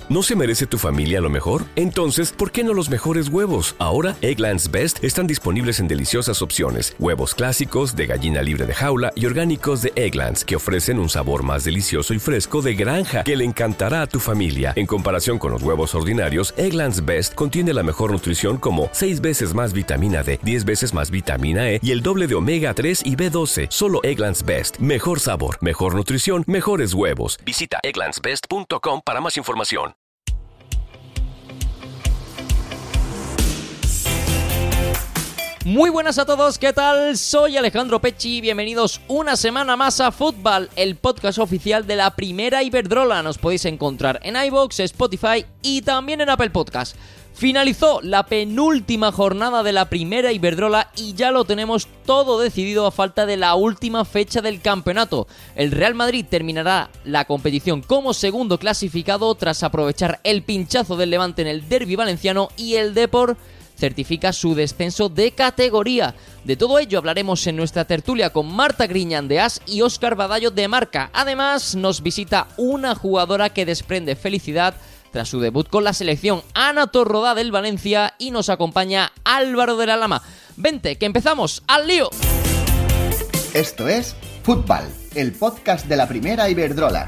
¿No se merece tu familia lo mejor? Entonces, ¿por qué no los mejores huevos? Ahora, Eggland's Best están disponibles en deliciosas opciones. Huevos clásicos, de gallina libre de jaula y orgánicos de Eggland's, que ofrecen un sabor más delicioso y fresco de granja que le encantará a tu familia. En comparación con los huevos ordinarios, Eggland's Best contiene la mejor nutrición como 6 veces más vitamina D, 10 veces más vitamina E y el doble de omega 3 y B12. Solo Eggland's Best. Mejor sabor, mejor nutrición, mejores huevos. Visita egglandsbest.com para más información. Muy buenas a todos, ¿qué tal? Soy Alejandro Pecci, bienvenidos una semana más a Fútbol, el podcast oficial de la Primera Iberdrola. Nos podéis encontrar en iVoox, Spotify y también en Apple Podcast. Finalizó la penúltima jornada de la Primera Iberdrola y ya lo tenemos todo decidido a falta de la última fecha del campeonato. El Real Madrid terminará la competición como segundo clasificado tras aprovechar el pinchazo del Levante en el derbi valenciano y el Depor certifica su descenso de categoría. De todo ello hablaremos en nuestra tertulia con Marta Griñán de AS y Óscar Badallo de Marca. Además, nos visita una jugadora que desprende felicidad tras su debut con la selección, Ana Torrodá del Valencia, y nos acompaña Álvaro de la Lama. Vente, que empezamos, ¡al lío! Esto es Fútbol, el podcast de la Primera Iberdrola.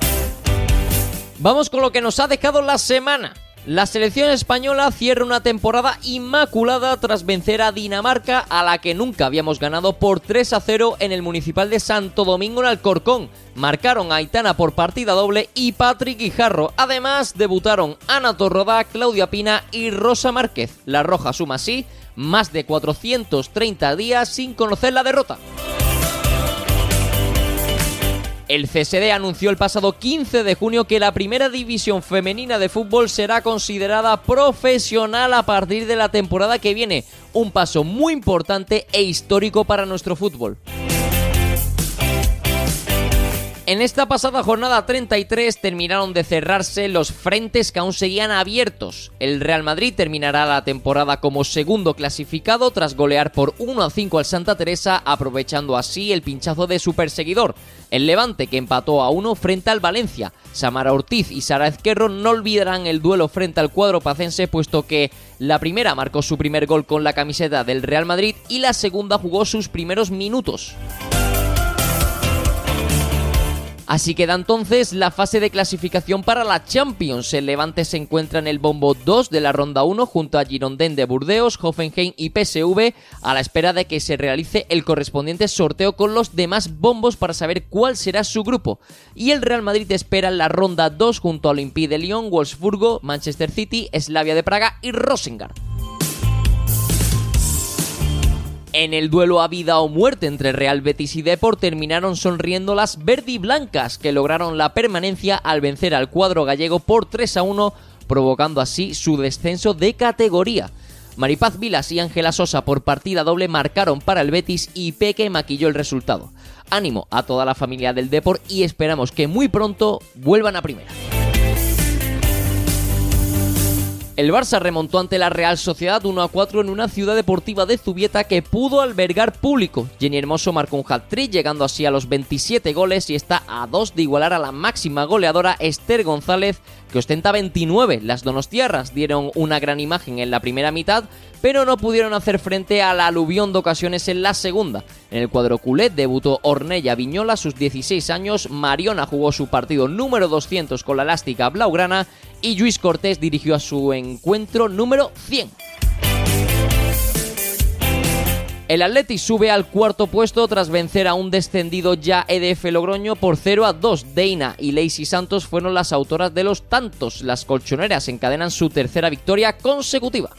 Vamos con lo que nos ha dejado la semana. La selección española cierra una temporada inmaculada tras vencer a Dinamarca, a la que nunca habíamos ganado, por 3-0 en el Municipal de Santo Domingo en Alcorcón. Marcaron a Aitana por partida doble y Patrick Guijarro. Además, debutaron Ana Torrodá, Claudia Pina y Rosa Márquez. La Roja suma así más de 430 días sin conocer la derrota. El CSD anunció el pasado 15 de junio que la primera división femenina de fútbol será considerada profesional a partir de la temporada que viene. Un paso muy importante e histórico para nuestro fútbol. En esta pasada jornada 33 terminaron de cerrarse los frentes que aún seguían abiertos. El Real Madrid terminará la temporada como segundo clasificado tras golear por 1-5 al Santa Teresa, aprovechando así el pinchazo de su perseguidor. El Levante, que empató a 1 frente al Valencia. Samara Ortiz y Sara Ezquerro no olvidarán el duelo frente al cuadro pacense, puesto que la primera marcó su primer gol con la camiseta del Real Madrid y la segunda jugó sus primeros minutos. Así queda entonces la fase de clasificación para la Champions. El Levante se encuentra en el bombo 2 de la ronda 1 junto a Girondins de Burdeos, Hoffenheim y PSV, a la espera de que se realice el correspondiente sorteo con los demás bombos para saber cuál será su grupo. Y el Real Madrid espera en la ronda 2 junto a Olympique de Lyon, Wolfsburgo, Manchester City, Slavia de Praga y Rosengard. En el duelo a vida o muerte entre Real Betis y Depor terminaron sonriendo las verdiblancas, que lograron la permanencia al vencer al cuadro gallego por 3-1, provocando así su descenso de categoría. Maripaz Vilas y Ángela Sosa por partida doble marcaron para el Betis y Peque maquilló el resultado. Ánimo a toda la familia del Depor y esperamos que muy pronto vuelvan a primera. El Barça remontó ante la Real Sociedad 1-4 en una ciudad deportiva de Zubieta que pudo albergar público. Jenny Hermoso marcó un hat-trick, llegando así a los 27 goles y está a 2 de igualar a la máxima goleadora Esther González, que ostenta 29. Las donostiarras dieron una gran imagen en la primera mitad, pero no pudieron hacer frente al aluvión de ocasiones en la segunda. En el cuadro culé debutó Ornella Viñola a sus 16 años, Mariona jugó su partido número 200 con la elástica blaugrana y Lluís Cortés dirigió a su encuentro número 100. El Atleti sube al cuarto puesto tras vencer a un descendido ya EDF Logroño por 0-2. Deina y Lacey Santos fueron las autoras de los tantos. Las colchoneras encadenan su tercera victoria consecutiva.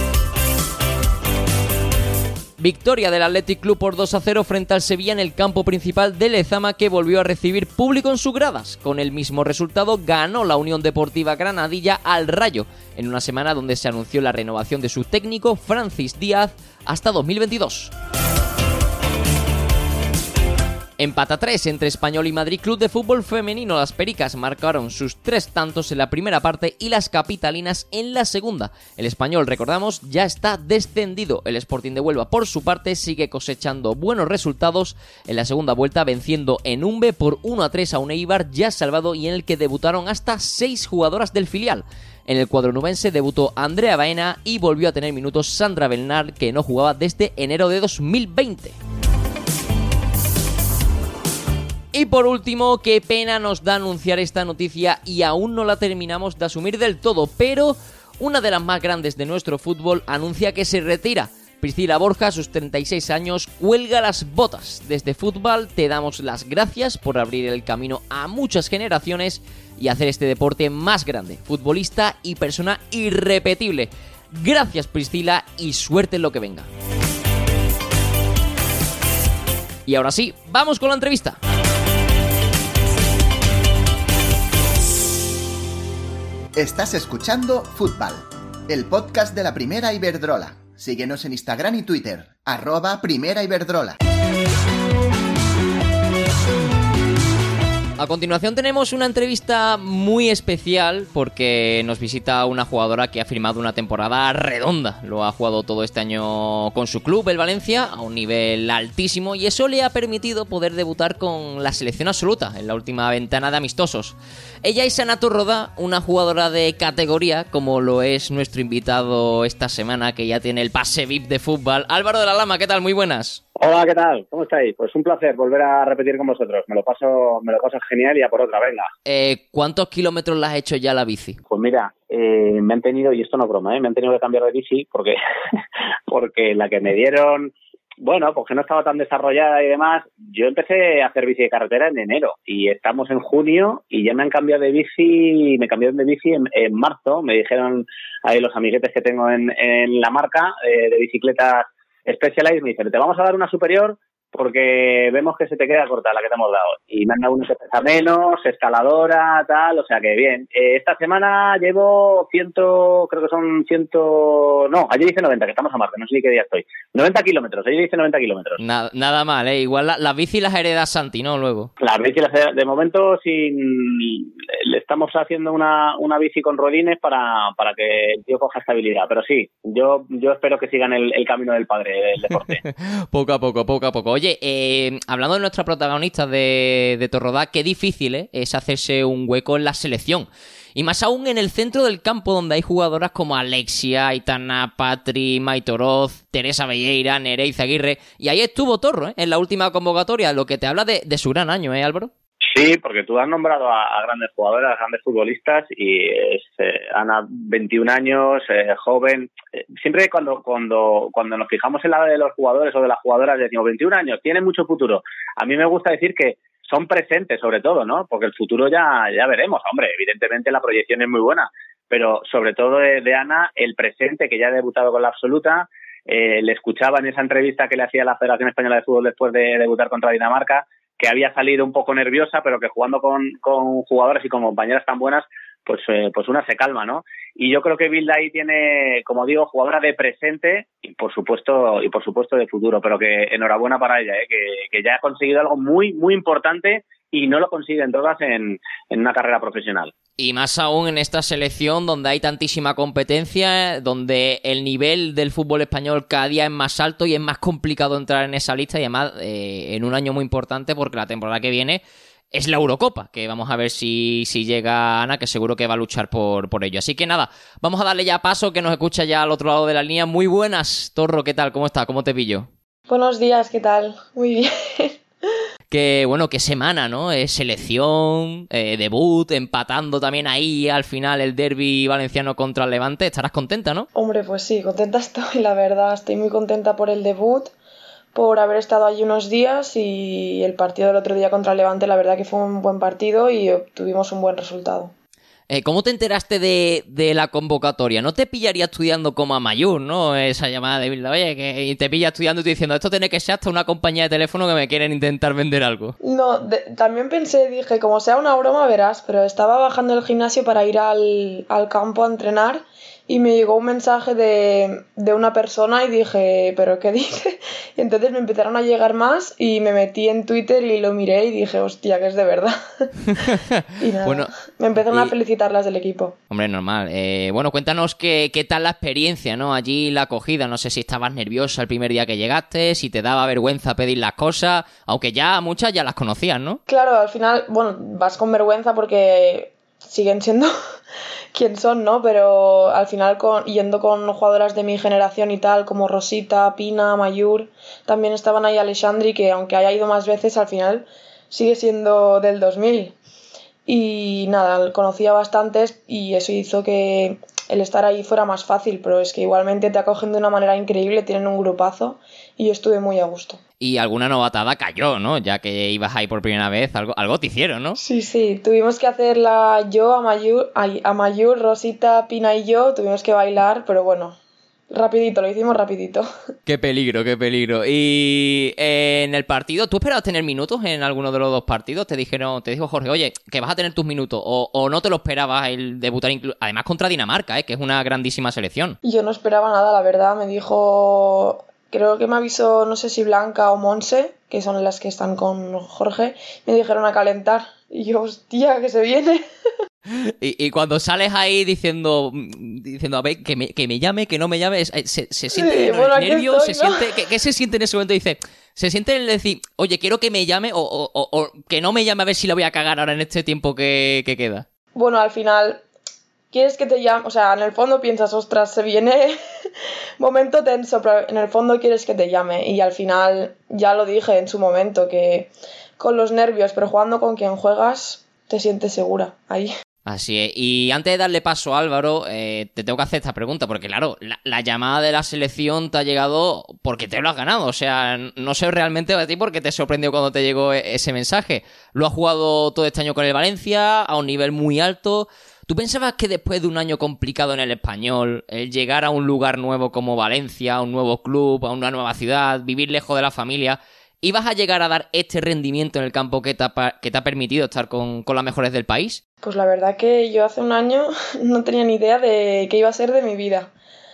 Victoria del Athletic Club por 2-0 frente al Sevilla en el campo principal de Lezama, que volvió a recibir público en sus gradas. Con el mismo resultado ganó la Unión Deportiva Granadilla al Rayo, en una semana donde se anunció la renovación de su técnico Francis Díaz hasta 2022. Empate a 3 entre Español y Madrid Club de Fútbol Femenino. Las pericas marcaron sus 3 tantos en la primera parte y las capitalinas en la segunda. El Español, recordamos, ya está descendido. El Sporting de Huelva, por su parte, sigue cosechando buenos resultados en la segunda vuelta, venciendo en Umbe por 1-3 a un Eibar ya salvado y en el que debutaron hasta 6 jugadoras del filial. En el cuadro nubense debutó Andrea Baena y volvió a tener minutos Sandra Bernal, que no jugaba desde enero de 2020. Y por último, qué pena nos da anunciar esta noticia y aún no la terminamos de asumir del todo, pero una de las más grandes de nuestro fútbol anuncia que se retira. Priscila Borja, a sus 36 años, cuelga las botas. Desde Fútbol te damos las gracias por abrir el camino a muchas generaciones y hacer este deporte más grande, futbolista y persona irrepetible. Gracias, Priscila, y suerte en lo que venga. Y ahora sí, vamos con la entrevista. Estás escuchando Fútbol, el podcast de la Primera Iberdrola. Síguenos en Instagram y Twitter, @Primera Iberdrola. A continuación tenemos una entrevista muy especial porque nos visita una jugadora que ha firmado una temporada redonda. Lo ha jugado todo este año con su club, el Valencia, a un nivel altísimo, y eso le ha permitido poder debutar con la selección absoluta en la última ventana de amistosos. Ella es Ana Torrodá, una jugadora de categoría, como lo es nuestro invitado esta semana, que ya tiene el pase VIP de fútbol. Álvaro de la Lama, ¿qué tal? Muy buenas. Hola, ¿qué tal? ¿Cómo estáis? Pues un placer volver a repetir con vosotros. Me lo paso genial y a por otra, venga. ¿Cuántos kilómetros la has hecho ya la bici? Pues mira, me han tenido, y esto no es broma, me han tenido que cambiar de bici porque la que me dieron, bueno, porque no estaba tan desarrollada y demás. Yo empecé a hacer bici de carretera en enero y estamos en junio y ya me han cambiado de bici, me cambiaron de bici en marzo. Me dijeron ahí los amiguetes que tengo en la marca de bicicletas Specialized, me dicen, te vamos a dar una superior porque vemos que se te queda corta la que te hemos dado. Y me han dado una que pesa menos, escaladora, tal, o sea que bien. Esta semana llevo ayer hice 90, que estamos a martes, no sé ni qué día estoy. 90 kilómetros, ayer hice 90 kilómetros. Nada mal, Igual las bici las hereda Santi, ¿no? Luego. Las bici las hereda, de momento le estamos haciendo una bici con rodines para que el tío coja estabilidad. Pero sí, yo espero que sigan el camino del padre del deporte. Poco a poco. Oye, hablando de nuestra protagonista de Torrodá, qué difícil es hacerse un hueco en la selección. Y más aún en el centro del campo, donde hay jugadoras como Alexia, Aitana, Patri, Maitoroz, Teresa Belleira, Nereiza Aguirre. Y ahí estuvo Torro, en la última convocatoria, lo que te habla de su gran año, Álvaro. Sí, porque tú has nombrado a grandes jugadoras, grandes futbolistas, y Ana, 21 años, joven. Siempre cuando nos fijamos en la de los jugadores o de las jugadoras, decimos 21 años, tiene mucho futuro. A mí me gusta decir que son presentes, sobre todo, ¿no? Porque el futuro ya veremos. Hombre, evidentemente la proyección es muy buena, pero sobre todo de Ana, el presente, que ya ha debutado con la absoluta. Le escuchaba en esa entrevista que le hacía la Federación Española de Fútbol después de debutar contra Dinamarca, que había salido un poco nerviosa, pero que jugando con jugadoras y con compañeras tan buenas, pues una se calma, ¿no? Y yo creo que Bilda ahí tiene, como digo, jugadora de presente y por supuesto de futuro, pero que enhorabuena para ella, que ya ha conseguido algo muy, muy importante y no lo consiguen todas en una carrera profesional. Y más aún en esta selección donde hay tantísima competencia, donde el nivel del fútbol español cada día es más alto y es más complicado entrar en esa lista, y además en un año muy importante porque la temporada que viene es la Eurocopa, que vamos a ver si llega Ana, que seguro que va a luchar por ello. Así que nada, vamos a darle ya paso, que nos escucha ya al otro lado de la línea. Muy buenas, Torro, ¿qué tal? ¿Cómo está? ¿Cómo te pillo? Buenos días, ¿qué tal? Muy bien. Qué semana, ¿no? Selección, debut, empatando también ahí al final el derbi valenciano contra el Levante. Estarás contenta, ¿no? Hombre, pues sí, contenta estoy, la verdad. Estoy muy contenta por el debut, por haber estado allí unos días, y el partido del otro día contra el Levante, la verdad que fue un buen partido y obtuvimos un buen resultado. ¿Cómo te enteraste de la convocatoria? ¿No te pillaría estudiando como a Mayur, no? Esa llamada de Bilda, oye, que te pilla estudiando y te diciendo, esto tiene que ser hasta una compañía de teléfono que me quieren intentar vender algo. No, también dije, como sea una broma, verás, pero estaba bajando del gimnasio para ir al campo a entrenar y me llegó un mensaje de una persona y dije, ¿pero qué dice? Y entonces me empezaron a llegar más y me metí en Twitter y lo miré y dije, hostia, que es de verdad. Y nada, Bueno, me empezaron a felicitar las del equipo. Hombre, normal. Bueno, cuéntanos qué tal la experiencia, ¿no? Allí la acogida. No sé si estabas nerviosa el primer día que llegaste, si te daba vergüenza pedir las cosas, aunque ya muchas ya las conocías, ¿no? Claro, al final, bueno, vas con vergüenza porque siguen siendo quien son, ¿no? Pero al final yendo con jugadoras de mi generación y tal, como Rosita, Pina, Mayur, también estaban ahí Alexandri, que aunque haya ido más veces, al final sigue siendo del 2000. Y nada, conocía bastantes y eso hizo que el estar ahí fuera más fácil, pero es que igualmente te acogen de una manera increíble, tienen un grupazo y yo estuve muy a gusto. Y alguna novatada cayó, ¿no? Ya que ibas ahí por primera vez, algo te hicieron, ¿no? Sí, tuvimos que hacerla yo, Amayur, Rosita, Pina y yo, tuvimos que bailar, pero bueno, rapidito, lo hicimos rapidito. Qué peligro, qué peligro. Y en el partido, ¿tú esperabas tener minutos en alguno de los dos partidos? Te dijo Jorge, oye, que vas a tener tus minutos, o no te lo esperabas el debutar, además contra Dinamarca, que es una grandísima selección. Yo no esperaba nada, la verdad, me dijo, creo que me avisó, no sé si Blanca o Monse, que son las que están con Jorge, me dijeron a calentar, y yo, hostia, que se viene. Y cuando sales ahí diciendo a ver, que me llame, que no me llame, se siente Sí, bueno, nervio, estoy, se ¿no? siente, ¿qué se siente en ese momento? Dice, se siente el decir, oye, quiero que me llame o que no me llame a ver si la voy a cagar ahora en este tiempo que queda. Bueno, al final, quieres que te llame, o sea, en el fondo piensas, ostras, se viene momento tenso, pero en el fondo quieres que te llame. Y al final, ya lo dije en su momento, que con los nervios, pero jugando con quien juegas, te sientes segura ahí. Así es. Y antes de darle paso a Álvaro, te tengo que hacer esta pregunta, porque claro, la llamada de la selección te ha llegado porque te lo has ganado. O sea, no sé realmente a ti por qué te sorprendió cuando te llegó ese mensaje. Lo has jugado todo este año con el Valencia, a un nivel muy alto. ¿Tú pensabas que después de un año complicado en el Español, el llegar a un lugar nuevo como Valencia, a un nuevo club, a una nueva ciudad, vivir lejos de la familia, ibas a llegar a dar este rendimiento en el campo que te ha permitido estar con las mejores del país? Pues la verdad que yo hace un año no tenía ni idea de qué iba a ser de mi vida.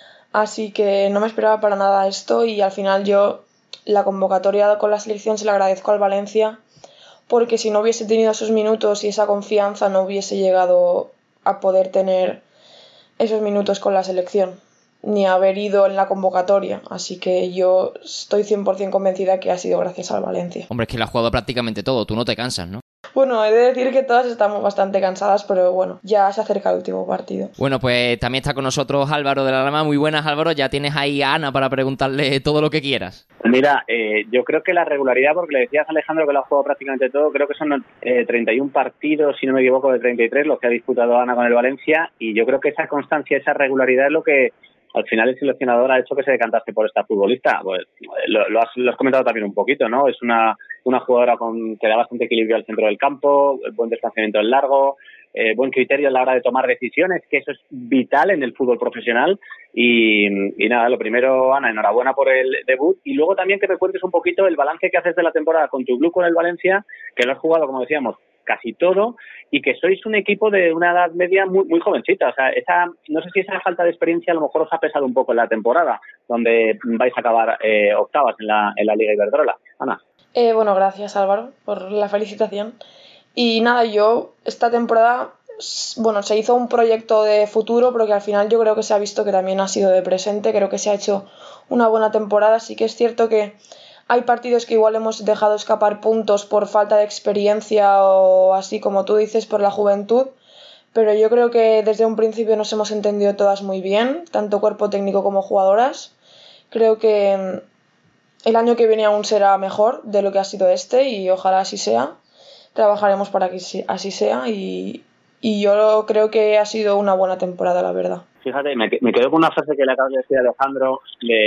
Así que no me esperaba para nada esto y al final yo la convocatoria con la selección se la agradezco al Valencia porque si no hubiese tenido esos minutos y esa confianza no hubiese llegado a poder tener esos minutos con la selección ni haber ido en la convocatoria. Así que yo estoy 100% convencida que ha sido gracias al Valencia. Hombre, es que lo has jugado prácticamente todo, tú no te cansas, ¿no? Bueno, he de decir que todas estamos bastante cansadas, pero bueno, ya se acerca el último partido. Bueno, pues también está con nosotros Álvaro de la Rama. Muy buenas, Álvaro. Ya tienes ahí a Ana para preguntarle todo lo que quieras. Mira, yo creo que la regularidad, porque le decías a Alejandro que lo ha jugado prácticamente todo, creo que son 31 partidos, si no me equivoco, de 33 los que ha disputado Ana con el Valencia, y yo creo que esa constancia, esa regularidad es lo que al final el seleccionador ha hecho que se decantase por esta futbolista. Pues lo has comentado también un poquito, ¿no? Es una jugadora que da bastante equilibrio al centro del campo, buen desplazamiento en largo, buen criterio a la hora de tomar decisiones, que eso es vital en el fútbol profesional. Y nada, lo primero, Ana, enhorabuena por el debut, y luego también que me cuentes un poquito el balance que haces de la temporada con tu club, con el Valencia, que lo has jugado, como decíamos, casi todo, y que sois un equipo de una edad media muy, muy jovencita. O sea, no sé si esa falta de experiencia a lo mejor os ha pesado un poco en la temporada, donde vais a acabar octavas en la Liga Iberdrola. Ana. Bueno, gracias Álvaro por la felicitación. Y nada, yo esta temporada, bueno, se hizo un proyecto de futuro, pero que al final yo creo que se ha visto que también ha sido de presente. Creo que se ha hecho una buena temporada. Sí que es cierto que hay partidos que igual hemos dejado escapar puntos por falta de experiencia o así como tú dices, por la juventud, pero yo creo que desde un principio nos hemos entendido todas muy bien, tanto cuerpo técnico como jugadoras. Creo que el año que viene aún será mejor de lo que ha sido este y ojalá así sea. Trabajaremos para que así sea y yo creo que ha sido una buena temporada, la verdad. Fíjate, me quedo con una frase que le acabas de decir a Alejandro,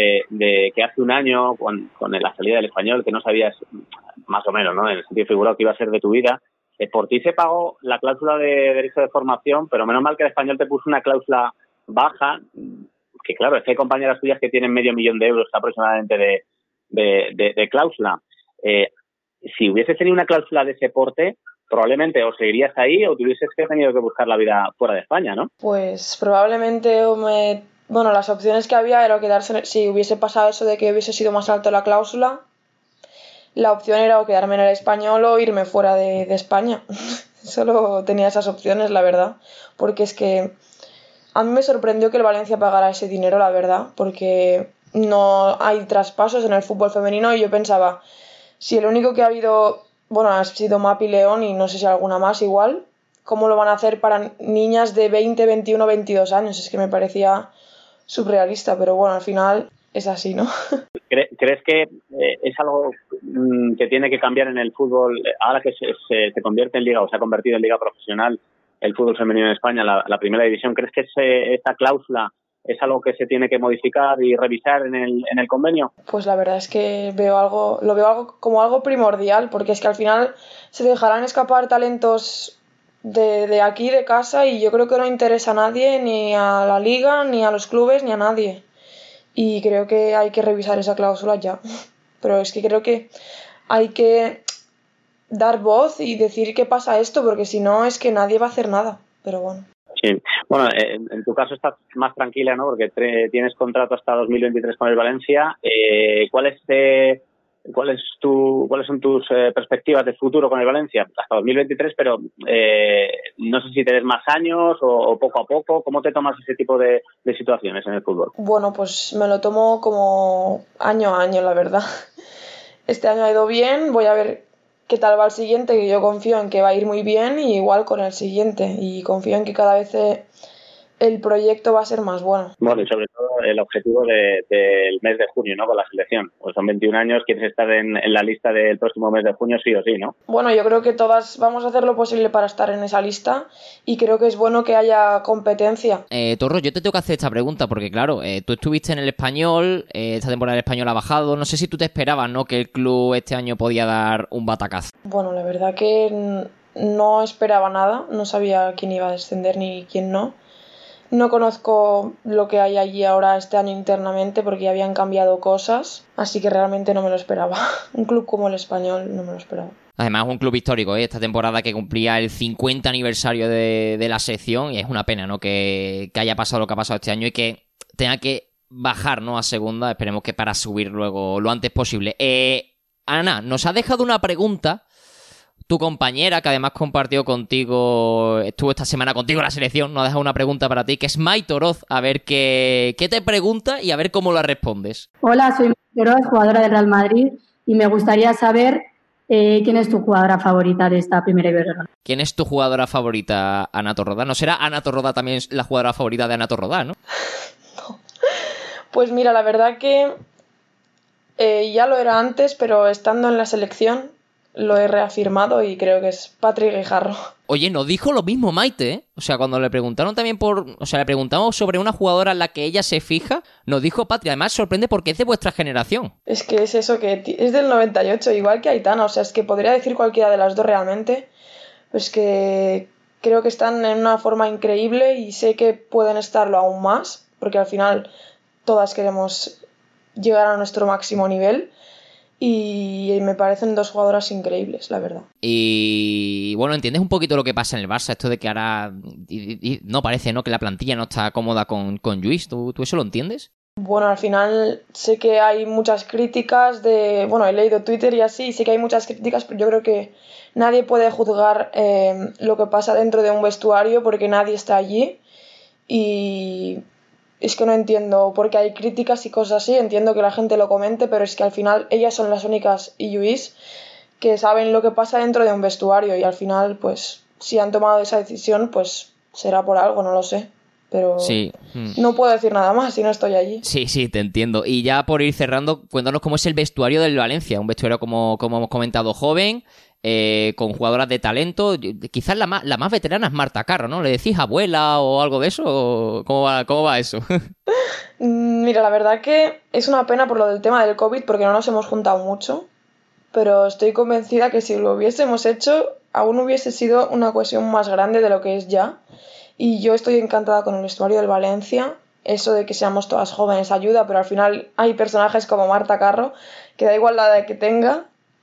de que hace un año, con la salida del Español, que no sabías más o menos, ¿no?, en el sentido figurado, que iba a ser de tu vida. Por ti se pagó la cláusula de derecho de formación, pero menos mal que el Español te puso una cláusula baja, que claro, es que hay compañeras tuyas que tienen 500.000 de euros aproximadamente de cláusula. Si hubiese tenido una cláusula de ese porte, probablemente o seguirías ahí o tuvieses que tenido que buscar la vida fuera de España, ¿no? Pues probablemente bueno, las opciones que había era quedarse, si hubiese pasado eso de que hubiese sido más alto la cláusula, la opción era o quedarme en el Español o irme fuera de España. Solo tenía esas opciones, la verdad, porque es que a mí me sorprendió que el Valencia pagara ese dinero, la verdad, porque no hay traspasos en el fútbol femenino y yo pensaba, si el único que ha habido, bueno, ha sido Mapi León y no sé si alguna más igual, ¿cómo lo van a hacer para niñas de 20, 21, 22 años? Es que me parecía surrealista, pero bueno, al final es así, ¿no? ¿Crees que es algo que tiene que cambiar en el fútbol ahora que se convierte en liga o se ha convertido en liga profesional el fútbol femenino en España, la primera división? ¿Crees que esta cláusula es algo que se tiene que modificar y revisar en el convenio? Pues la verdad es que lo veo algo como algo primordial, porque es que al final se dejarán escapar talentos de aquí, de casa, y yo creo que no interesa a nadie, ni a la liga, ni a los clubes, ni a nadie. Y creo que hay que revisar esa cláusula ya. Pero es que creo que hay que dar voz y decir qué pasa esto, porque si no es que nadie va a hacer nada. Pero bueno. Sí. Bueno, en tu caso estás más tranquila, ¿no? Porque tienes contrato hasta 2023 con el Valencia. ¿Cuáles son tus perspectivas de futuro con el Valencia? Hasta 2023, pero no sé si te des más años o poco a poco. ¿Cómo te tomas ese tipo de situaciones en el fútbol? Bueno, pues me lo tomo como año a año, la verdad. Este año ha ido bien, voy a ver qué tal va el siguiente, que yo confío en que va a ir muy bien, y igual con el siguiente, y confío en que cada vez el proyecto va a ser más bueno. Bueno, y sobre todo el objetivo del mes de junio, ¿no? Con la selección. Pues son 21 años, quieres estar en la lista del próximo mes de junio sí o sí, ¿no? Bueno, yo creo que todas vamos a hacer lo posible para estar en esa lista, y creo que es bueno que haya competencia. Torro, yo te tengo que hacer esta pregunta porque, claro, tú estuviste en el Español, esta temporada el Español ha bajado, no sé si tú te esperabas, ¿no?, que el club este año podía dar un batacazo. Bueno, la verdad que no esperaba nada, no sabía quién iba a descender ni quién no. No conozco lo que hay allí ahora este año internamente porque ya habían cambiado cosas, así que realmente no me lo esperaba. Un club como el Español no me lo esperaba. Además, un club histórico, esta temporada que cumplía el 50 aniversario de la sección, y es una pena, ¿no?, que haya pasado lo que ha pasado este año y que tenga que bajar, ¿no?, a segunda. Esperemos que para subir luego lo antes posible. Ana, nos ha dejado una pregunta tu compañera, que además compartió contigo, estuvo esta semana contigo en la selección, nos ha dejado una pregunta para ti, que es Maite Oroz, a ver qué te pregunta y a ver cómo la respondes. Hola, soy Maite Oroz, jugadora del Real Madrid, y me gustaría saber quién es tu jugadora favorita de esta primera Iberdrola. ¿Quién es tu jugadora favorita, Ana Torroda? ¿No será Ana Torroda también la jugadora favorita de Ana Torroda, no? No. Pues mira, la verdad que ya lo era antes, pero estando en la selección lo he reafirmado y creo que es Patri Guijarro. Oye, nos dijo lo mismo Maite, ¿eh? O sea, cuando le preguntaron también le preguntamos sobre una jugadora en la que ella se fija, nos dijo Patri. Además, sorprende porque es de vuestra generación. Es que es eso, que es del 98, igual que Aitana. O sea, es que podría decir cualquiera de las dos realmente. Pues que creo que están en una forma increíble y sé que pueden estarlo aún más, porque al final todas queremos llegar a nuestro máximo nivel. Y me parecen dos jugadoras increíbles, la verdad. Y bueno, ¿entiendes un poquito lo que pasa en el Barça? Esto de que ahora no parece, ¿no?, que la plantilla no está cómoda con Lluís. ¿Tú eso lo entiendes? Bueno, al final sé que hay muchas críticas bueno, he leído Twitter y así, sé que hay muchas críticas, pero yo creo que nadie puede juzgar lo que pasa dentro de un vestuario porque nadie está allí. Y es que no entiendo por qué hay críticas y cosas así. Entiendo que la gente lo comente, pero es que al final ellas son las únicas, y Lluís, que saben lo que pasa dentro de un vestuario, y al final, pues, si han tomado esa decisión, pues será por algo, no lo sé. Pero sí. No puedo decir nada más si no estoy allí. Sí, te entiendo. Y ya por ir cerrando, cuéntanos cómo es el vestuario del Valencia. Un vestuario, como hemos comentado, joven, con jugadoras de talento. Quizás la más veterana es Marta Carro, ¿no? ¿Le decís abuela o algo de eso? ¿O cómo va eso? Mira, la verdad que es una pena por lo del tema del COVID, porque no nos hemos juntado mucho, pero estoy convencida que si lo hubiésemos hecho, aún hubiese sido una cohesión más grande de lo que es ya. Y yo estoy encantada con el vestuario del Valencia. Eso de que seamos todas jóvenes ayuda, pero al final hay personajes como Marta Carro, que da igual la edad que tenga,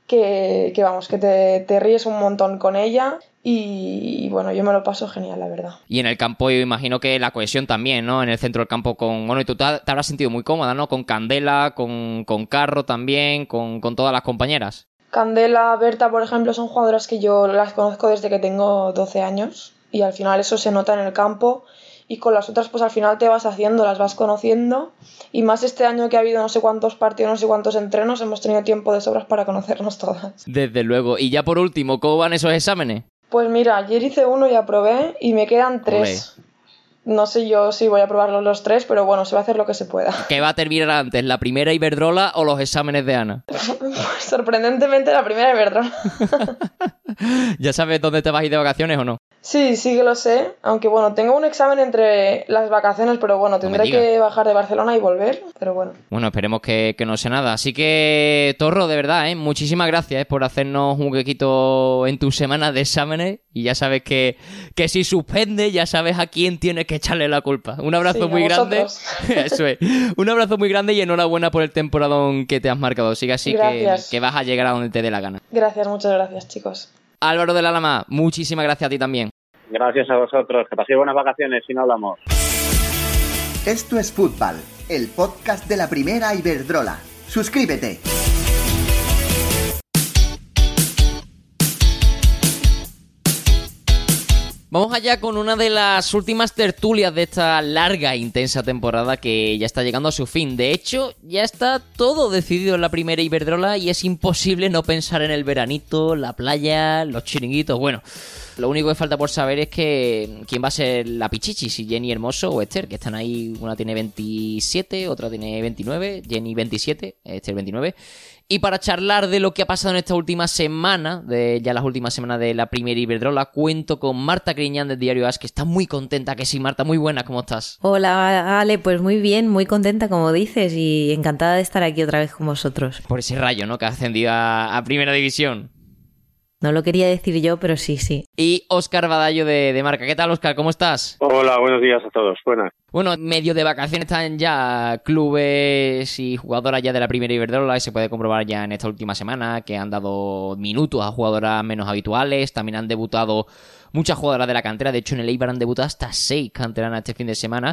que vamos, que te ríes un montón con ella y bueno, yo me lo paso genial, la verdad. Y en el campo yo imagino que la cohesión también, ¿no? En el centro del campo y tú te habrás sentido muy cómoda, ¿no? Con Candela, con Carro también, con todas las compañeras. Candela, Berta, por ejemplo, son jugadoras que yo las conozco desde que tengo 12 años y al final eso se nota en el campo. Y con las otras pues al final te vas haciendo, las vas conociendo y más este año que ha habido no sé cuántos partidos, no sé cuántos entrenos, hemos tenido tiempo de sobras para conocernos todas. Desde luego. Y ya por último, ¿cómo van esos exámenes? Pues mira, ayer hice uno y aprobé y me quedan 3. Olé. No sé yo si voy a aprobarlos los 3, pero bueno, se va a hacer lo que se pueda. ¿Qué va a terminar antes, la primera Iberdrola o los exámenes de Ana? Pues sorprendentemente la primera Iberdrola. ¿Ya sabes dónde te vas a ir de vacaciones o no? Sí, sí que lo sé, aunque bueno, tengo un examen entre las vacaciones, pero bueno, tendré que bajar de Barcelona y volver, pero bueno. Bueno, esperemos que no sea nada. Así que, Torro, de verdad, muchísimas gracias por hacernos un huequito en tu semana de exámenes y ya sabes que si suspende, ya sabes a quién tienes que echarle la culpa. Un abrazo muy grande. Eso es. Un abrazo muy grande y enhorabuena por el temporadón que te has marcado. Sigue así que vas a llegar a donde te dé la gana. Gracias, muchas gracias, chicos. Álvaro de la Lama, muchísimas gracias a ti también. Gracias a vosotros, que paséis buenas vacaciones si no hablamos. Esto es Fútbol, el podcast de la Primera Iberdrola. ¡Suscríbete! Vamos allá con una de las últimas tertulias de esta larga e intensa temporada que ya está llegando a su fin. De hecho, ya está todo decidido en la Primera Iberdrola y es imposible no pensar en el veranito, la playa, los chiringuitos. Bueno, lo único que falta por saber es que quién va a ser la Pichichi, si Jenny Hermoso o Esther, que están ahí, una tiene 27, otra tiene 29, Jenny 27, Esther 29. Y para charlar de lo que ha pasado en esta última semana, de ya las últimas semanas de la Primera Iberdrola, cuento con Marta Griñán del diario AS, que está muy contenta, que sí, Marta, muy buena, ¿cómo estás? Hola, Ale, pues muy bien, muy contenta, como dices, y encantada de estar aquí otra vez con vosotros. Por ese rayo, ¿no?, que ha ascendido a Primera División. No lo quería decir yo, pero sí, sí. Y Óscar Badallo de Marca. ¿Qué tal, Óscar? ¿Cómo estás? Hola, buenos días a todos. Buenas. Bueno, medio de vacaciones están ya clubes y jugadoras ya de la Primera Iberdrola y se puede comprobar ya en esta última semana que han dado minutos a jugadoras menos habituales. También han debutado muchas jugadoras de la cantera. De hecho, en el Eibar han debutado hasta 6 canteranas este fin de semana.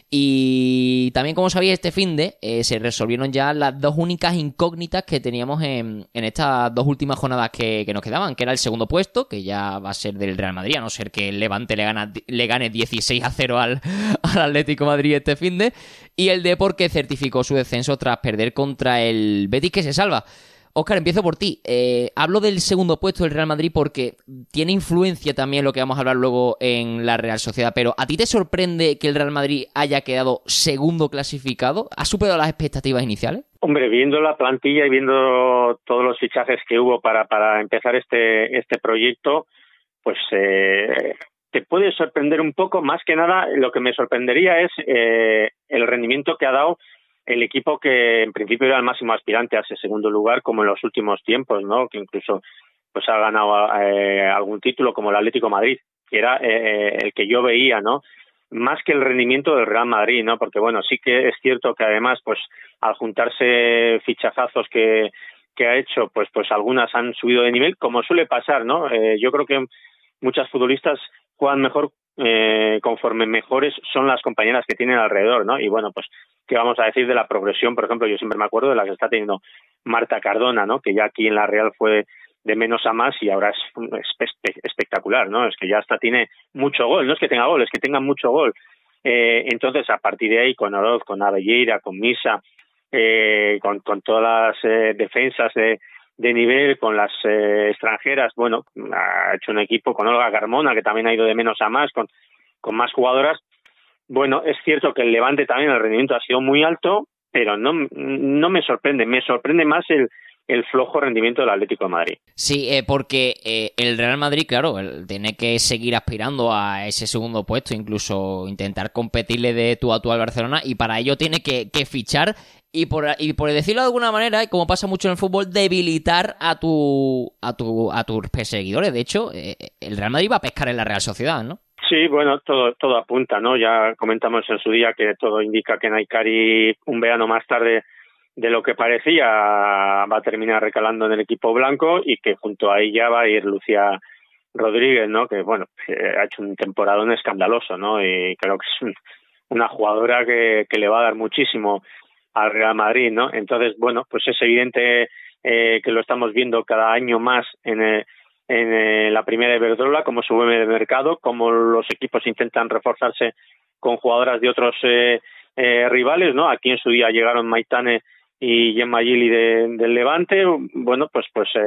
Y también, como sabéis, este fin de se resolvieron ya las dos únicas incógnitas que teníamos en estas dos últimas jornadas que nos quedaban, que era el segundo puesto, que ya va a ser del Real Madrid, a no ser que el Levante le gane 16-0 al Atlético Madrid este fin de, y el Depor, que certificó su descenso tras perder contra el Betis, que se salva. Óscar, empiezo por ti. Hablo del segundo puesto del Real Madrid porque tiene influencia también lo que vamos a hablar luego en la Real Sociedad, pero ¿a ti te sorprende que el Real Madrid haya quedado segundo clasificado? ¿Ha superado las expectativas iniciales? Hombre, viendo la plantilla y viendo todos los fichajes que hubo para empezar este proyecto, pues te puede sorprender un poco. Más que nada, lo que me sorprendería es el rendimiento que ha dado el equipo que en principio era el máximo aspirante a ese segundo lugar, como en los últimos tiempos, ¿no? Que incluso pues ha ganado algún título, como el Atlético de Madrid, que era el que yo veía, ¿no? Más que el rendimiento del Real Madrid, ¿no? Porque bueno, sí que es cierto que además, pues al juntarse fichajazos que ha hecho, pues algunas han subido de nivel, como suele pasar, ¿no? Yo creo que muchas futbolistas juegan mejor conforme mejores son las compañeras que tienen alrededor, ¿no? Y bueno, pues ¿qué vamos a decir de la progresión? Por ejemplo, yo siempre me acuerdo de la que está teniendo Marta Cardona, ¿no? Que ya aquí en la Real fue de menos a más y ahora es espectacular, ¿no? Es que ya hasta tiene mucho gol, no es que tenga gol, es que tenga mucho gol. Entonces, a partir de ahí, con Oroz, con Abelleira, con Misa, con todas las defensas de nivel, con las extranjeras, bueno, ha hecho un equipo con Olga Carmona, que también ha ido de menos a más, con más jugadoras. Bueno, es cierto que el Levante también, el rendimiento ha sido muy alto, pero no me sorprende más el flojo rendimiento del Atlético de Madrid. Sí, porque el Real Madrid, claro, tiene que seguir aspirando a ese segundo puesto, incluso intentar competirle de tú a tú al Barcelona, y para ello tiene que fichar y por decirlo de alguna manera, como pasa mucho en el fútbol, debilitar a tus perseguidores. De hecho, el Real Madrid va a pescar en la Real Sociedad, ¿no? Sí, bueno, todo apunta, ¿no? Ya comentamos en su día que todo indica que Naikari un verano más tarde lo que parecía va a terminar recalando en el equipo blanco, y que junto a ella va a ir Lucía Rodríguez, ¿no? Que bueno, ha hecho un temporadón escandaloso, ¿no? Y creo que es una jugadora que le va a dar muchísimo al Real Madrid, ¿no? Entonces, bueno, pues es evidente que lo estamos viendo cada año más en la primera Iberdrola, como se mueve el mercado, como los equipos intentan reforzarse con jugadoras de otros rivales, ¿no? Aquí en su día llegaron Maitane y Gemma Gili del Levante. Bueno, pues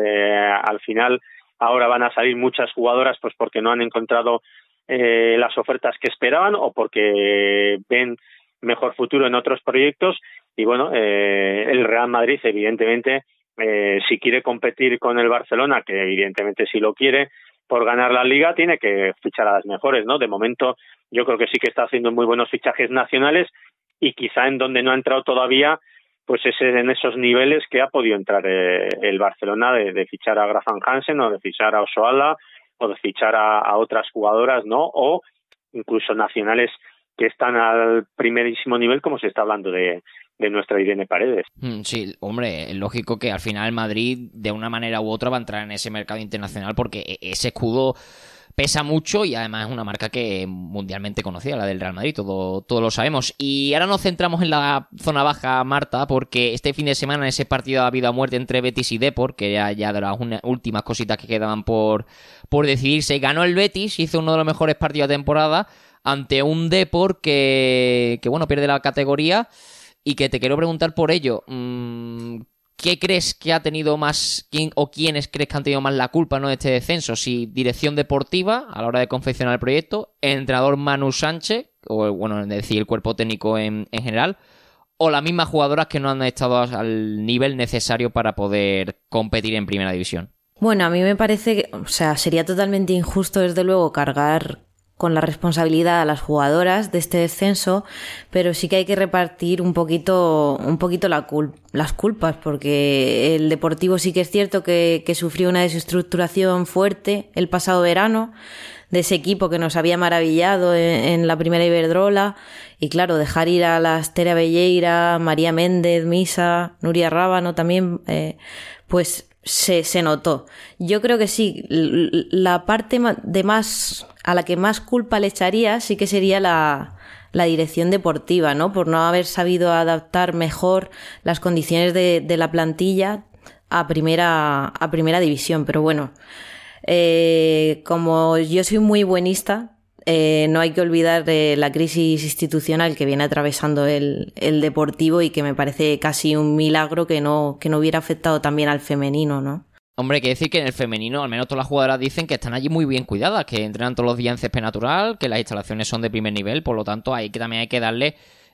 al final ahora van a salir muchas jugadoras pues porque no han encontrado las ofertas que esperaban o porque ven mejor futuro en otros proyectos. Y bueno, el Real Madrid evidentemente, si quiere competir con el Barcelona, que evidentemente sí lo quiere, por ganar la Liga tiene que fichar a las mejores, ¿no? De momento yo creo que sí que está haciendo muy buenos fichajes nacionales, y quizá en donde no ha entrado todavía pues es en esos niveles que ha podido entrar el Barcelona, de fichar a Grafan Hansen, o de fichar a Osoala, o de fichar a otras jugadoras, ¿no? O incluso nacionales que están al primerísimo nivel, como se está hablando de nuestra Irene Paredes. Sí, hombre, es lógico que al final Madrid de una manera u otra va a entrar en ese mercado internacional, porque ese escudo pesa mucho y además es una marca que es mundialmente conocida, la del Real Madrid, todos lo sabemos. Y ahora nos centramos en la zona baja, Marta, porque este fin de semana en ese partido ha habido a muerte entre Betis y Depor, que era ya de las últimas cositas que quedaban por decidirse. Ganó el Betis, hizo uno de los mejores partidos de temporada ante un Depor que bueno, pierde la categoría, y que te quiero preguntar por ello. ¿Qué crees que ha tenido más, quiénes crees que han tenido más la culpa, ¿no?, de este descenso? Si dirección deportiva a la hora de confeccionar el proyecto, el entrenador Manu Sánchez, o bueno, es decir, el cuerpo técnico en general, o las mismas jugadoras que no han estado al nivel necesario para poder competir en primera división. Bueno, a mí me parece que, o sea, sería totalmente injusto, desde luego, cargar con la responsabilidad a las jugadoras de este descenso, pero sí que hay que repartir un poquito las culpas, porque el Deportivo sí que es cierto que sufrió una desestructuración fuerte el pasado verano, de ese equipo que nos había maravillado en la primera Iberdrola, y claro, dejar ir a las Tere Belleira, María Méndez, Misa, Nuria Rábano también, pues se notó. Yo creo que sí, la parte de más a la que más culpa le echaría sí que sería la dirección deportiva, ¿no? Por no haber sabido adaptar mejor las condiciones de la plantilla a primera división. Pero bueno, como yo soy muy buenista, no hay que olvidar la crisis institucional que viene atravesando el Deportivo, y que me parece casi un milagro que no hubiera afectado también al femenino, ¿no? Hombre, hay que decir que en el femenino, al menos todas las jugadoras dicen que están allí muy bien cuidadas, que entrenan todos los días en césped natural, que las instalaciones son de primer nivel, por lo tanto también hay que darle,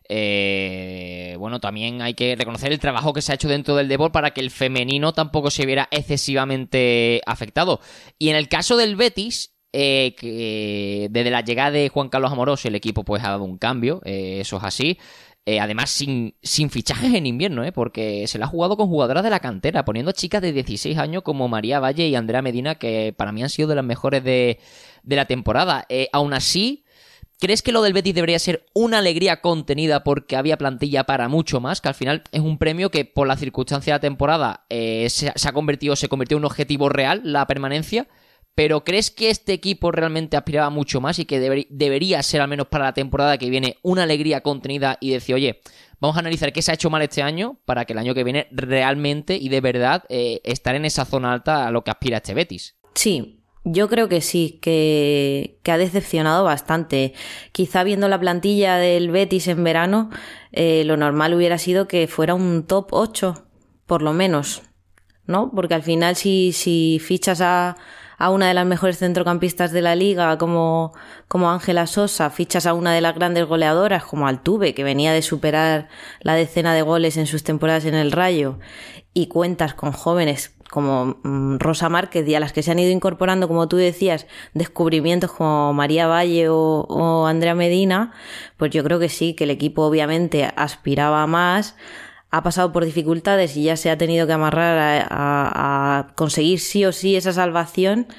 bueno, también hay que reconocer el trabajo que se ha hecho dentro del Depor para que el femenino tampoco se viera excesivamente afectado. Y en el caso del Betis, que desde la llegada de Juan Carlos Amorós el equipo pues ha dado un cambio, eso es así. Además sin fichajes en invierno, porque se la ha jugado con jugadoras de la cantera, poniendo chicas de 16 años como María Valle y Andrea Medina, que para mí han sido de las mejores de la temporada. Aún así, ¿crees que lo del Betis debería ser una alegría contenida porque había plantilla para mucho más? Que al final es un premio que por la circunstancia de la temporada se convirtió en un objetivo real, la permanencia. Pero ¿crees que este equipo realmente aspiraba mucho más y que debería ser, al menos para la temporada que viene, una alegría contenida y decir, oye, vamos a analizar qué se ha hecho mal este año para que el año que viene realmente y de verdad estar en esa zona alta a lo que aspira este Betis? Sí, yo creo que sí, que ha decepcionado bastante. Quizá viendo la plantilla del Betis en verano, lo normal hubiera sido que fuera un top 8, por lo menos, ¿no? Porque al final si fichas a una de las mejores centrocampistas de la liga como Ángela Sosa, fichas a una de las grandes goleadoras como Altuve, que venía de superar la decena de goles en sus temporadas en el Rayo, y cuentas con jóvenes como Rosa Márquez, y a las que se han ido incorporando, como tú decías, descubrimientos como María Valle o Andrea Medina, pues yo creo que sí, que el equipo obviamente aspiraba a más, ha pasado por dificultades y ya se ha tenido que amarrar a conseguir sí o sí esa salvación,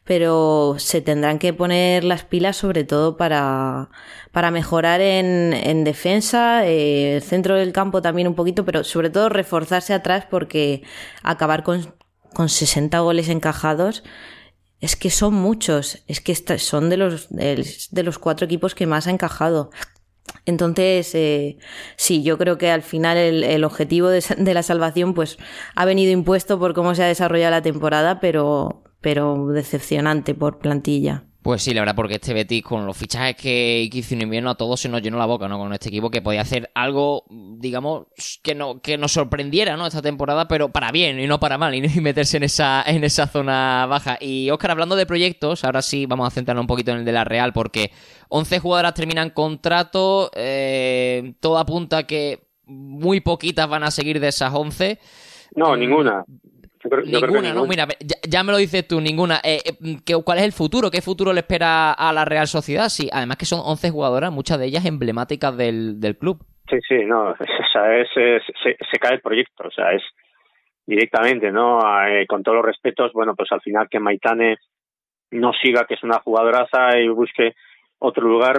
pero se tendrán que poner las pilas sobre todo para mejorar en defensa, centro del campo también un poquito, pero sobre todo reforzarse atrás, porque acabar con 60 goles encajados es que son muchos, es que son de los 4 equipos que más ha encajado. Entonces, sí, yo creo que al final el objetivo de la salvación pues ha venido impuesto por cómo se ha desarrollado la temporada, pero decepcionante por plantilla. Pues sí, la verdad, porque este Betis, con los fichajes que hizo en invierno, a todos se nos llenó la boca, ¿no? Con este equipo, que podía hacer algo, digamos, que nos sorprendiera, ¿no? Esta temporada, pero para bien y no para mal, y meterse en esa zona baja. Y Óscar, hablando de proyectos, ahora sí vamos a centrarnos un poquito en el de la Real, porque 11 jugadoras terminan contrato, todo apunta que muy poquitas van a seguir de esas 11. No, ninguna. Yo creo Ninguna, que ¿no? Mira, ya me lo dices tú, ninguna. ¿Cuál es el futuro? ¿Qué futuro le espera a la Real Sociedad? Sí, además que son 11 jugadoras, muchas de ellas emblemáticas del club. Sí, no, o sea, se cae el proyecto, o sea, es directamente, ¿no? Con todos los respetos, bueno, pues al final que Maitane no siga, que es una jugadoraza, y busque otro lugar,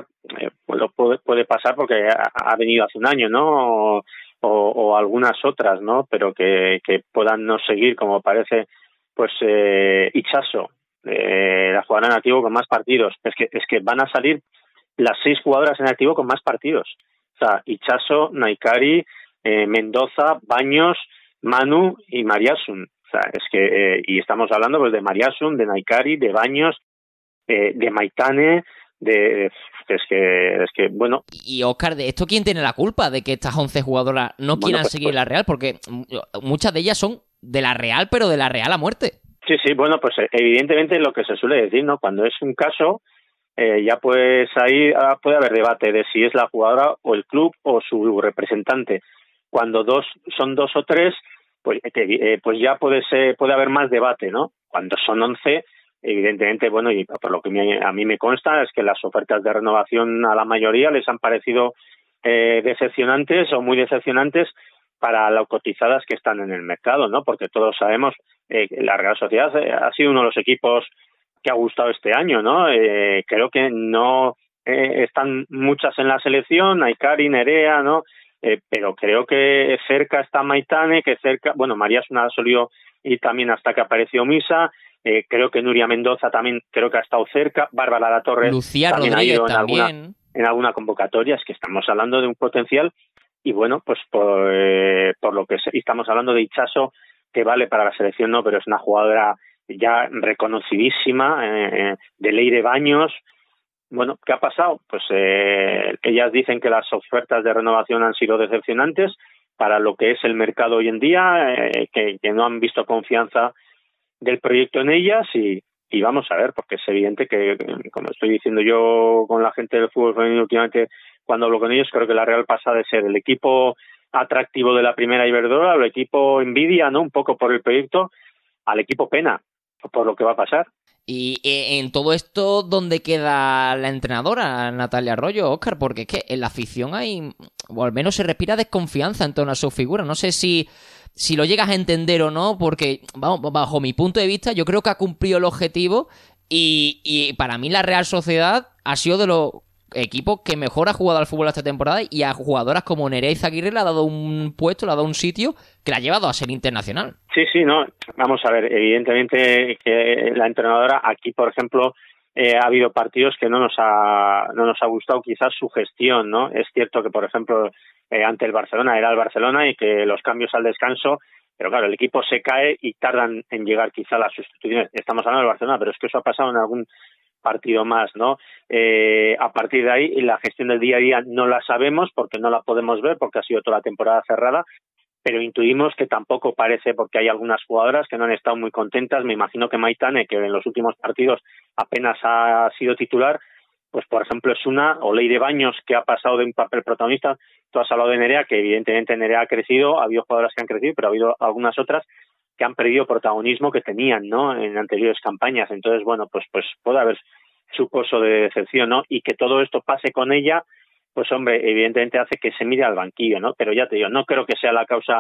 puede pasar porque ha venido hace un año, ¿no? O algunas otras, ¿no? Pero que puedan no seguir, como parece, pues Itxaso, la jugadora en activo con más partidos. Es que van a salir las 6 jugadoras en activo con más partidos. O sea, Itxaso, Naikari, Mendoza, Baños, Manu y Mariasun. O sea, es que y estamos hablando pues de Mariasun, de Naikari, de Baños, de Maitane, es que bueno. Y Óscar, ¿de esto quién tiene la culpa de que estas 11 jugadoras no quieran seguir la Real? Porque muchas de ellas son de la Real, pero de la Real a muerte. Sí, bueno, pues evidentemente lo que se suele decir, ¿no? Cuando es un caso, ya pues ahí puede haber debate de si es la jugadora o el club o su representante. Cuando son 2 o 3, pues ya puede haber más debate, ¿no? Cuando son 11, evidentemente, bueno, y por lo que a mí me consta, es que las ofertas de renovación a la mayoría les han parecido decepcionantes o muy decepcionantes para las cotizadas que están en el mercado, ¿no? Porque todos sabemos la Real Sociedad ha sido uno de los equipos que ha gustado este año, ¿no? Creo que no están muchas en la selección, Naikari, Nerea, ¿no? Pero creo que cerca está Maitane, María Suna solió y también hasta que apareció Misa. Creo que Nuria Mendoza también creo que ha estado cerca, Bárbara Latorre Lucía también Rodríguez ha ido en alguna convocatoria. Es que estamos hablando de un potencial, y bueno, pues por lo que estamos hablando de Itxaso, que vale para la selección, no, pero es una jugadora ya reconocidísima, de Leire Baños. Bueno, ¿qué ha pasado? Pues ellas dicen que las ofertas de renovación han sido decepcionantes para lo que es el mercado hoy en día, que no han visto confianza del proyecto en ellas, y vamos a ver, porque es evidente que, como estoy diciendo yo con la gente del fútbol femenino últimamente, cuando hablo con ellos, creo que la Real pasa de ser el equipo atractivo de la primera Iberdrola, el equipo envidia, ¿no? Un poco por el proyecto, al equipo pena por lo que va a pasar. Y en todo esto, ¿dónde queda la entrenadora, Natalia Arroyo, Óscar? Porque es que en la afición hay, o al menos se respira desconfianza en torno a su figura. No sé si lo llegas a entender o no, porque, vamos, bajo mi punto de vista, yo creo que ha cumplido el objetivo, y para mí la Real Sociedad ha sido de los equipos que mejor ha jugado al fútbol esta temporada, y a jugadoras como Nerea Izaguirre le ha dado un puesto, le ha dado un sitio que la ha llevado a ser internacional. Sí, no, vamos a ver, evidentemente que la entrenadora aquí, por ejemplo, ha habido partidos que no nos ha gustado quizás su gestión, ¿no? Es cierto que, por ejemplo, ante el Barcelona era el Barcelona, y que los cambios al descanso, pero claro, el equipo se cae y tardan en llegar quizá las sustituciones. Estamos hablando del Barcelona, pero es que eso ha pasado en algún partido más, ¿no? A partir de ahí, la gestión del día a día no la sabemos porque no la podemos ver, porque ha sido toda la temporada cerrada, pero intuimos que tampoco parece, porque hay algunas jugadoras que no han estado muy contentas. Me imagino que Maitane, que en los últimos partidos apenas ha sido titular, pues por ejemplo es una, o Leire Baños, que ha pasado de un papel protagonista. Tú has hablado de Nerea, que evidentemente Nerea ha crecido, ha habido jugadoras que han crecido, pero ha habido algunas otras que han perdido protagonismo que tenían, ¿no?, en anteriores campañas. Entonces, bueno, pues puede haber su pozo de decepción, ¿no? Y que todo esto pase con ella, pues hombre, evidentemente hace que se mire al banquillo, ¿no? Pero ya te digo, no creo que sea la causa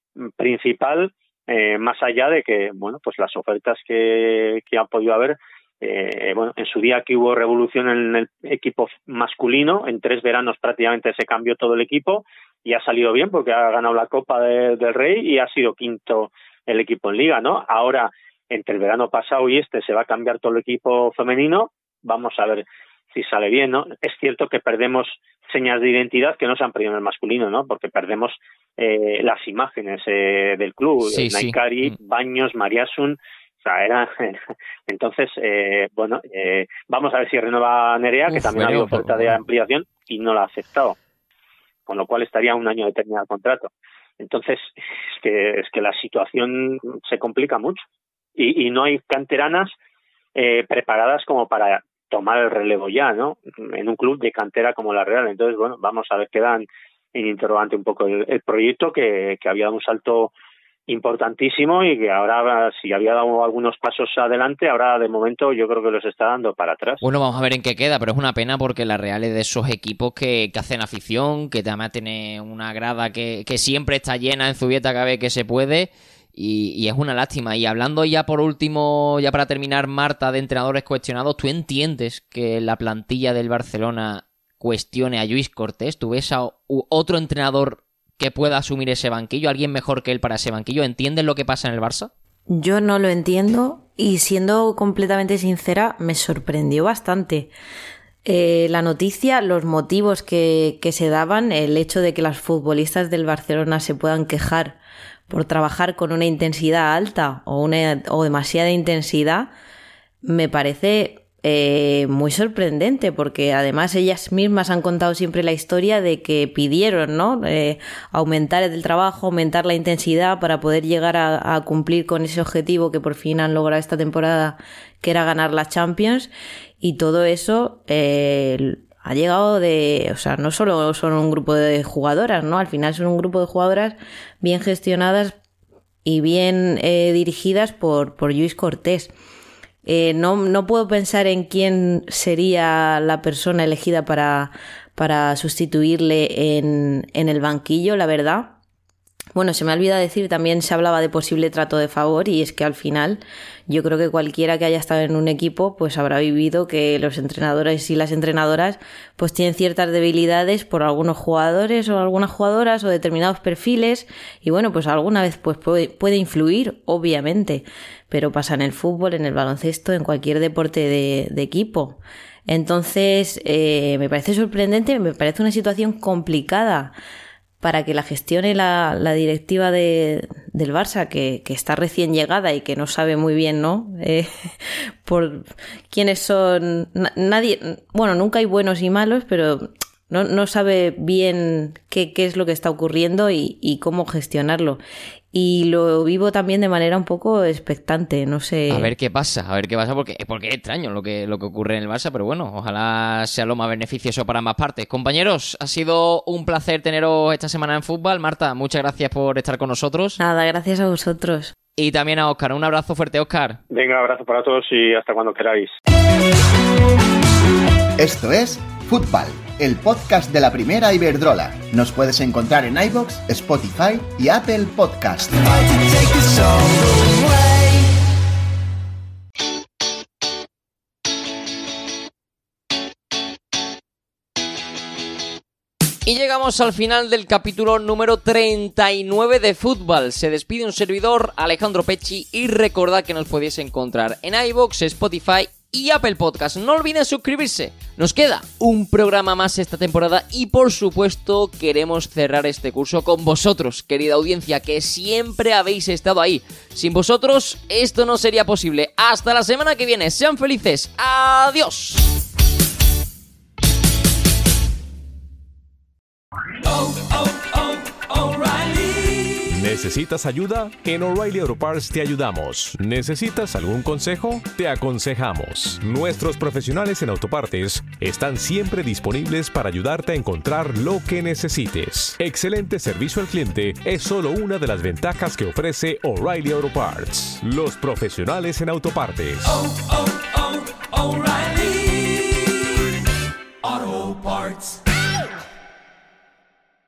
principal, más allá de que, bueno, pues las ofertas que han podido haber en su día que hubo revolución en el equipo masculino, en 3 veranos prácticamente se cambió todo el equipo y ha salido bien porque ha ganado la Copa del Rey y ha sido quinto el equipo en Liga, ¿no? Ahora, entre el verano pasado y se va a cambiar todo el equipo femenino, vamos a ver si sale bien, ¿no? Es cierto que perdemos señas de identidad que no se han perdido en el masculino, ¿no? Porque perdemos las imágenes del club, Naikari, Baños, Mariasun. O sea, entonces, vamos a ver si renueva Nerea, que también ha habido oferta de ampliación y no la ha aceptado, con lo cual estaría 1 año de terminar el contrato. Entonces, es que la situación se complica mucho y no hay canteranas preparadas como para tomar el relevo ya, ¿no? En un club de cantera como la Real. Entonces, vamos a ver, quedan en interrogante un poco el proyecto que había dado un salto importantísimo y que ahora, si había dado algunos pasos adelante, ahora de momento yo creo que los está dando para atrás. Bueno, vamos a ver en qué queda, pero es una pena porque la Real es de esos equipos que hacen afición, que además tiene una grada que siempre está llena en Zubieta cada vez que se puede y es una lástima. Y hablando ya por último, ya para terminar, Marta, de entrenadores cuestionados, ¿tú entiendes que la plantilla del Barcelona cuestione a Lluís Cortés? ¿Tú ves a otro entrenador que pueda asumir ese banquillo, alguien mejor que él para ese banquillo? ¿Entiendes lo que pasa en el Barça? Yo no lo entiendo y, siendo completamente sincera, me sorprendió bastante. La noticia, los motivos que se daban, el hecho de que las futbolistas del Barcelona se puedan quejar por trabajar con una intensidad alta o demasiada intensidad, me parece muy sorprendente, porque además ellas mismas han contado siempre la historia de que pidieron, ¿no? Aumentar el trabajo, aumentar la intensidad para poder llegar a cumplir con ese objetivo que por fin han logrado esta temporada, que era ganar la Champions, y todo eso ha llegado no solo son un grupo de jugadoras, ¿no? Al final son un grupo de jugadoras bien gestionadas y bien dirigidas por Lluís Cortés. No puedo pensar en quién sería la persona elegida para sustituirle en el banquillo, la verdad. Bueno, se me ha olvidado decir, también se hablaba de posible trato de favor, y es que al final yo creo que cualquiera que haya estado en un equipo pues habrá vivido que los entrenadores y las entrenadoras pues tienen ciertas debilidades por algunos jugadores o algunas jugadoras o determinados perfiles, y bueno, pues alguna vez pues puede influir, obviamente, pero pasa en el fútbol, en el baloncesto, en cualquier deporte de equipo. Entonces me parece sorprendente, me parece una situación complicada para que la gestione la directiva del Barça, que está recién llegada y que no sabe muy bien, ¿no? Por quiénes son. Nadie, bueno, nunca hay buenos y malos, pero no sabe bien qué es lo que está ocurriendo y cómo gestionarlo. Y lo vivo también de manera un poco expectante, no sé. A ver qué pasa, porque es extraño lo que ocurre en el Barça, pero bueno, ojalá sea lo más beneficioso para ambas partes. Compañeros, ha sido un placer teneros esta semana en Fútbol. Marta, muchas gracias por estar con nosotros. Nada, gracias a vosotros. Y también a Óscar, un abrazo fuerte, Óscar. Venga, abrazo para todos y hasta cuando queráis. Esto es Fútbol, el podcast de la Primera Iberdrola. Nos puedes encontrar en iVoox, Spotify y Apple Podcast. Y llegamos al final del capítulo número 39 de Fútbol. Se despide un servidor, Alejandro Pecci, y recordad que nos podéis encontrar en iVoox, Spotify y Apple Podcast. No olviden suscribirse. Nos queda un programa más esta temporada y, por supuesto, queremos cerrar este curso con vosotros, querida audiencia, que siempre habéis estado ahí. Sin vosotros esto no sería posible. Hasta la semana que viene. Sean felices. Adiós. ¿Necesitas ayuda? En O'Reilly Auto Parts te ayudamos. ¿Necesitas algún consejo? Te aconsejamos. Nuestros profesionales en autopartes están siempre disponibles para ayudarte a encontrar lo que necesites. Excelente servicio al cliente es solo una de las ventajas que ofrece O'Reilly Auto Parts. Los profesionales en autopartes. O'Reilly.